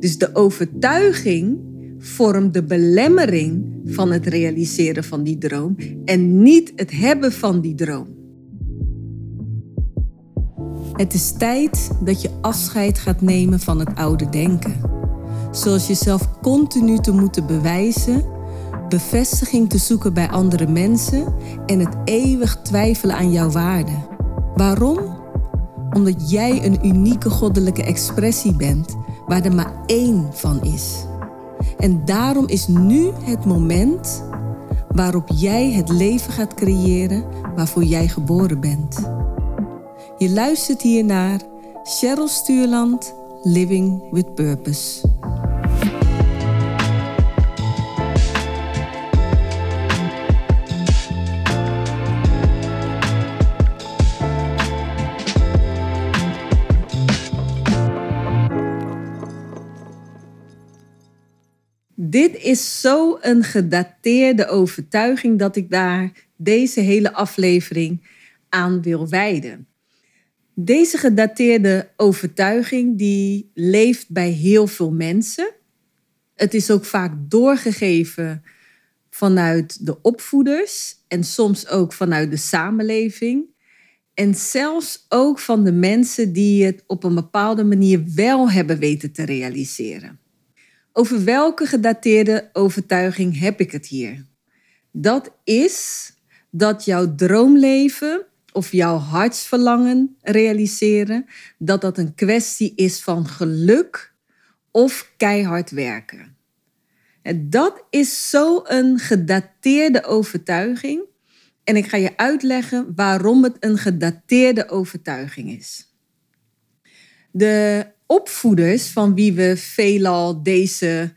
Dus de overtuiging vormt de belemmering van het realiseren van die droom en niet het hebben van die droom. Het is tijd dat je afscheid gaat nemen van het oude denken. Zoals jezelf continu te moeten bewijzen, bevestiging te zoeken bij andere mensen en het eeuwig twijfelen aan jouw waarde. Waarom? Omdat jij een unieke goddelijke expressie bent waar er maar één van is. En daarom is nu het moment waarop jij het leven gaat creëren waarvoor jij geboren bent. Je luistert hier naar Cheryl Stuurland, Living with Purpose. Dit is zo'n gedateerde overtuiging dat ik daar deze hele aflevering aan wil wijden. Deze gedateerde overtuiging die leeft bij heel veel mensen. Het is ook vaak doorgegeven vanuit de opvoeders en soms ook vanuit de samenleving. En zelfs ook van de mensen die het op een bepaalde manier wel hebben weten te realiseren. Over welke gedateerde overtuiging heb ik het hier? Dat is dat jouw droomleven of jouw hartsverlangen realiseren, dat een kwestie is van geluk of keihard werken. En dat is zo'n gedateerde overtuiging. En ik ga je uitleggen waarom het een gedateerde overtuiging is. De opvoeders van wie we veelal deze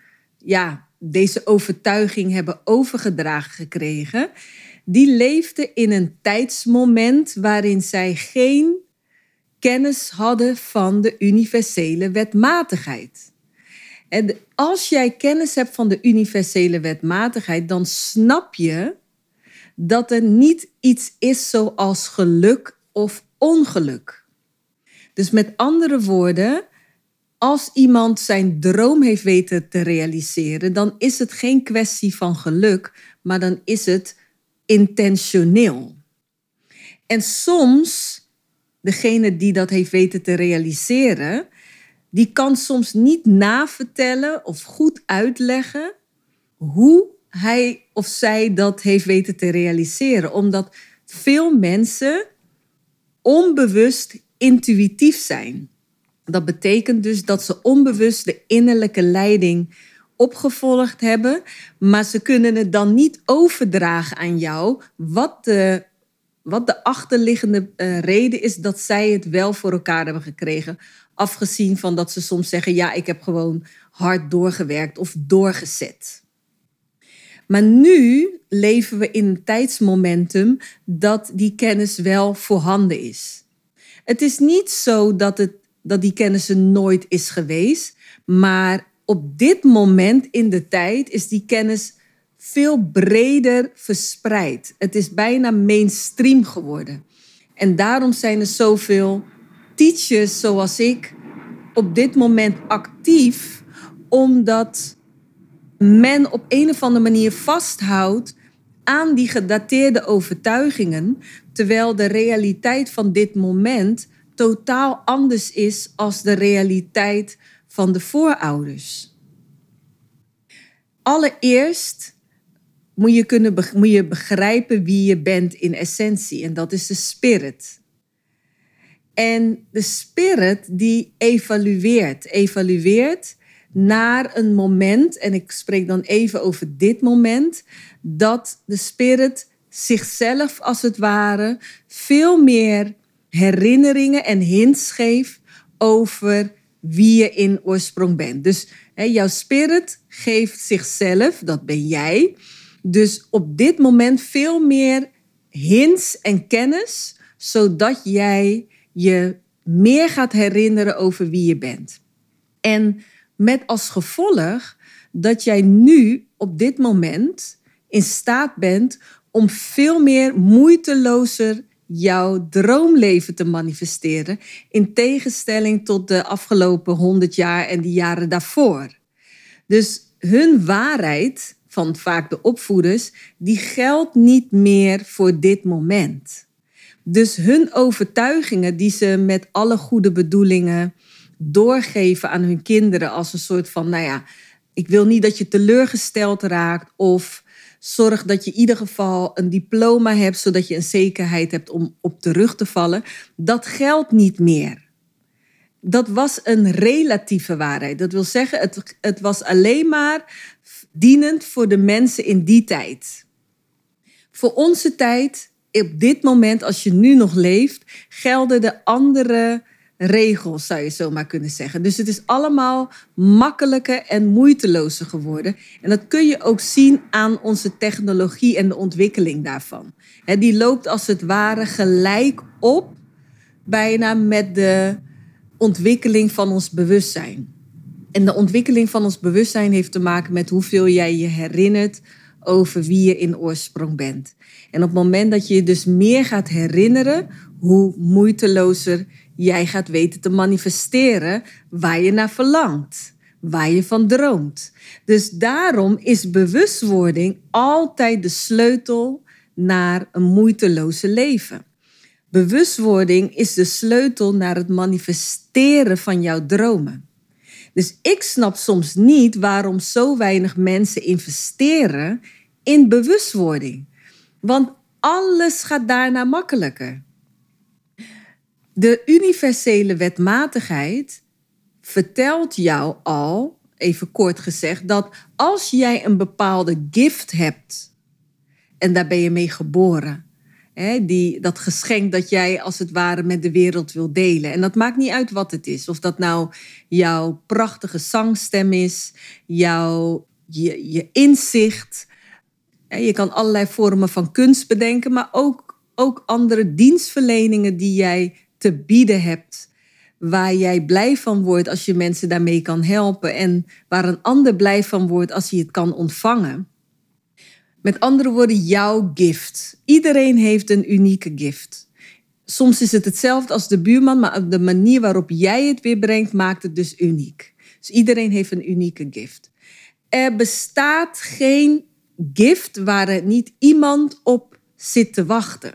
overtuiging hebben overgedragen gekregen, die leefden in een tijdsmoment waarin zij geen kennis hadden van de universele wetmatigheid. En als jij kennis hebt van de universele wetmatigheid, dan snap je dat er niet iets is zoals geluk of ongeluk. Dus met andere woorden, als iemand zijn droom heeft weten te realiseren, dan is het geen kwestie van geluk, maar dan is het intentioneel. En soms, degene die dat heeft weten te realiseren, die kan soms niet navertellen of goed uitleggen hoe hij of zij dat heeft weten te realiseren. Omdat veel mensen onbewust intuïtief zijn. Dat betekent dus dat ze onbewust de innerlijke leiding opgevolgd hebben, maar ze kunnen het dan niet overdragen aan jou wat de achterliggende reden is dat zij het wel voor elkaar hebben gekregen. Afgezien van dat ze soms zeggen, ja, ik heb gewoon hard doorgewerkt of doorgezet. Maar nu leven we in een tijdsmomentum dat die kennis wel voorhanden is. Het is niet zo dat die kennis er nooit is geweest, maar op dit moment in de tijd is die kennis veel breder verspreid. Het is bijna mainstream geworden. En daarom zijn er zoveel teachers zoals ik op dit moment actief, omdat men op een of andere manier vasthoudt aan die gedateerde overtuigingen, terwijl de realiteit van dit moment totaal anders is als de realiteit van de voorouders. Allereerst moet je begrijpen wie je bent in essentie. En dat is de spirit. En de spirit die evalueert naar een moment, en ik spreek dan even over dit moment, dat de spirit zichzelf als het ware veel meer herinneringen en hints geeft over wie je in oorsprong bent. Dus jouw spirit geeft zichzelf, dat ben jij, dus op dit moment veel meer hints en kennis, zodat jij je meer gaat herinneren over wie je bent. En met als gevolg dat jij nu op dit moment in staat bent om veel meer moeitelozer jouw droomleven te manifesteren, in tegenstelling tot de afgelopen 100 jaar en die jaren daarvoor. Dus hun waarheid, van vaak de opvoeders, die geldt niet meer voor dit moment. Dus hun overtuigingen die ze met alle goede bedoelingen doorgeven aan hun kinderen als een soort van, ik wil niet dat je teleurgesteld raakt of zorg dat je in ieder geval een diploma hebt zodat je een zekerheid hebt om op terug te vallen, dat geldt niet meer. Dat was een relatieve waarheid. Dat wil zeggen, het was alleen maar dienend voor de mensen in die tijd. Voor onze tijd, op dit moment, als je nu nog leeft, gelden de andere regels, zou je zo maar kunnen zeggen. Dus het is allemaal makkelijker en moeitelozer geworden. En dat kun je ook zien aan onze technologie en de ontwikkeling daarvan. Die loopt als het ware gelijk op, bijna met de ontwikkeling van ons bewustzijn. En de ontwikkeling van ons bewustzijn heeft te maken met hoeveel jij je herinnert over wie je in oorsprong bent. En op het moment dat je je dus meer gaat herinneren, hoe moeitelozer jij gaat weten te manifesteren waar je naar verlangt, waar je van droomt. Dus daarom is bewustwording altijd de sleutel naar een moeiteloze leven. Bewustwording is de sleutel naar het manifesteren van jouw dromen. Dus ik snap soms niet waarom zo weinig mensen investeren in bewustwording. Want alles gaat daarna makkelijker. De universele wetmatigheid vertelt jou al, even kort gezegd, dat als jij een bepaalde gift hebt en daar ben je mee geboren, dat geschenk dat jij als het ware met de wereld wil delen. En dat maakt niet uit wat het is. Of dat nou jouw prachtige zangstem is, je inzicht. Je kan allerlei vormen van kunst bedenken, maar ook andere dienstverleningen die jij te bieden hebt. Waar jij blij van wordt als je mensen daarmee kan helpen. En waar een ander blij van wordt als hij het kan ontvangen. Met andere woorden, jouw gift. Iedereen heeft een unieke gift. Soms is het hetzelfde als de buurman, maar de manier waarop jij het weer brengt, maakt het dus uniek. Dus iedereen heeft een unieke gift. Er bestaat geen gift waar er niet iemand op zit te wachten.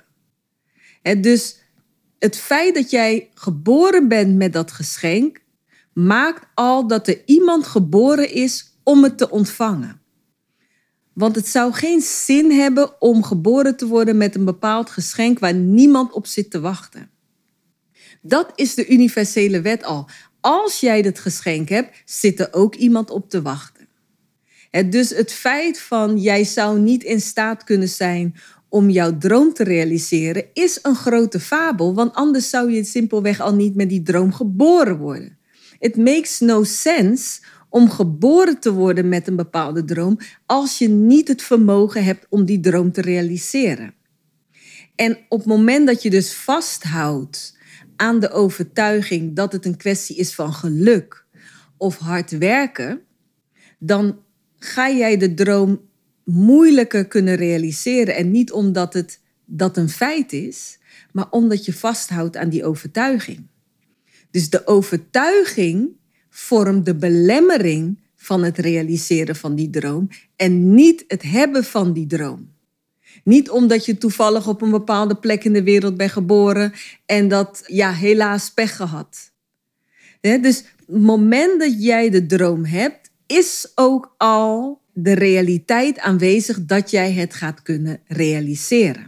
Dus het feit dat jij geboren bent met dat geschenk, maakt al dat er iemand geboren is om het te ontvangen. Want het zou geen zin hebben om geboren te worden met een bepaald geschenk waar niemand op zit te wachten. Dat is de universele wet al. Als jij dat geschenk hebt, zit er ook iemand op te wachten. Dus het feit van jij zou niet in staat kunnen zijn om jouw droom te realiseren, is een grote fabel. Want anders zou je simpelweg al niet met die droom geboren worden. It makes no sense om geboren te worden met een bepaalde droom als je niet het vermogen hebt om die droom te realiseren. En op het moment dat je dus vasthoudt aan de overtuiging dat het een kwestie is van geluk of hard werken, dan ga jij de droom moeilijker kunnen realiseren. En niet omdat dat een feit is, maar omdat je vasthoudt aan die overtuiging. Dus de overtuiging vormt de belemmering van het realiseren van die droom en niet het hebben van die droom. Niet omdat je toevallig op een bepaalde plek in de wereld bent geboren en dat, helaas pech gehad. Dus het moment dat jij de droom hebt, is ook al de realiteit aanwezig dat jij het gaat kunnen realiseren.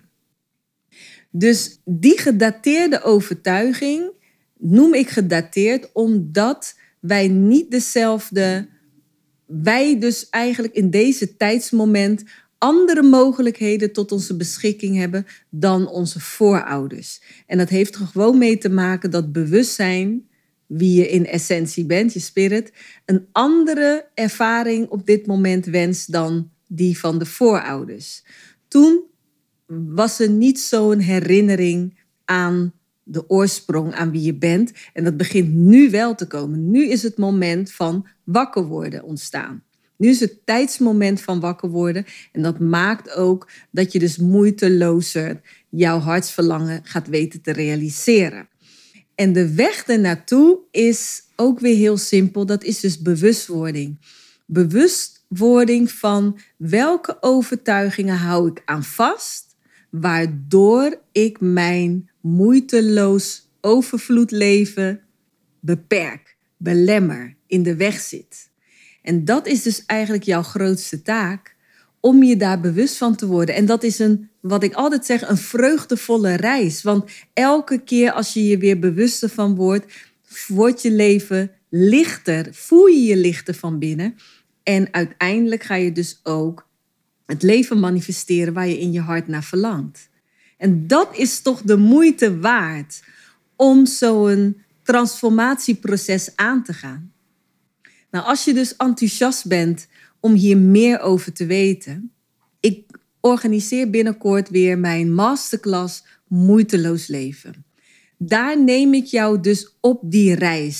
Dus die gedateerde overtuiging noem ik gedateerd omdat wij dus eigenlijk in deze tijdsmoment andere mogelijkheden tot onze beschikking hebben dan onze voorouders. En dat heeft er gewoon mee te maken dat bewustzijn, wie je in essentie bent, je spirit, een andere ervaring op dit moment wenst dan die van de voorouders. Toen was er niet zo'n herinnering aan de oorsprong, aan wie je bent. En dat begint nu wel te komen. Nu is het moment van wakker worden ontstaan. Nu is het tijdsmoment van wakker worden. En dat maakt ook dat je dus moeitelozer jouw hartsverlangen gaat weten te realiseren. En de weg ernaartoe is ook weer heel simpel. Dat is dus bewustwording. Bewustwording van welke overtuigingen hou ik aan vast, waardoor ik mijn moeiteloos overvloedleven beperk, belemmer, in de weg zit. En dat is dus eigenlijk jouw grootste taak, om je daar bewust van te worden. En dat is wat ik altijd zeg, een vreugdevolle reis. Want elke keer als je je weer bewuster van wordt je leven lichter. Voel je je lichter van binnen. En uiteindelijk ga je dus ook het leven manifesteren waar je in je hart naar verlangt. En dat is toch de moeite waard om zo'n transformatieproces aan te gaan. Nou, als je dus enthousiast bent om hier meer over te weten, ik organiseer binnenkort weer mijn masterclass Moeiteloos Leven. Daar neem ik jou dus op die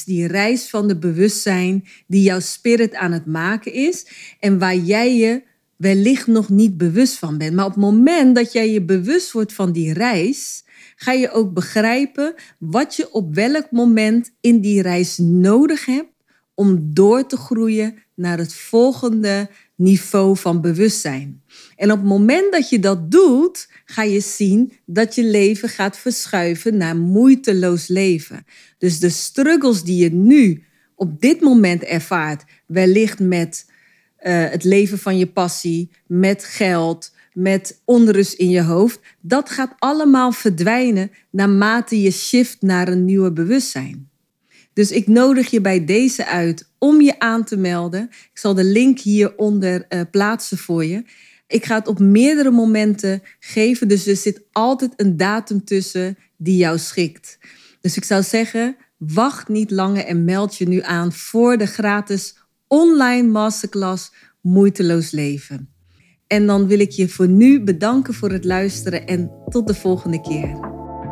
reis van de bewustzijn die jouw spirit aan het maken is en waar jij je wellicht nog niet bewust van bent. Maar op het moment dat jij je bewust wordt van die reis, ga je ook begrijpen wat je op welk moment in die reis nodig hebt om door te groeien naar het volgende niveau van bewustzijn. En op het moment dat je dat doet, ga je zien dat je leven gaat verschuiven naar moeiteloos leven. Dus de struggles die je nu op dit moment ervaart, wellicht met het leven van je passie, met geld, met onrust in je hoofd, dat gaat allemaal verdwijnen naarmate je shift naar een nieuwe bewustzijn. Dus ik nodig je bij deze uit om je aan te melden. Ik zal de link hieronder plaatsen voor je. Ik ga het op meerdere momenten geven, dus er zit altijd een datum tussen die jou schikt. Dus ik zou zeggen, wacht niet langer en meld je nu aan voor de gratis online masterclass Moeiteloos Leven. En dan wil ik je voor nu bedanken voor het luisteren en tot de volgende keer.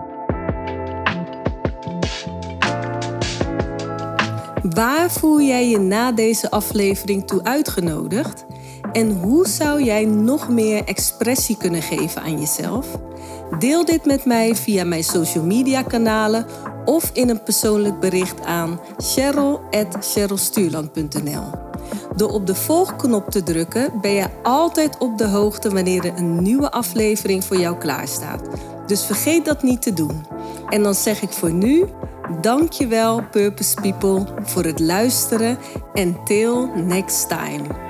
Waar voel jij je na deze aflevering toe uitgenodigd? En hoe zou jij nog meer expressie kunnen geven aan jezelf? Deel dit met mij via mijn social media kanalen of in een persoonlijk bericht aan cheryl@cherylstuurland.nl. Door op de volgknop te drukken ben je altijd op de hoogte wanneer er een nieuwe aflevering voor jou klaarstaat. Dus vergeet dat niet te doen. En dan zeg ik voor nu, dankjewel Purpose People voor het luisteren en till next time.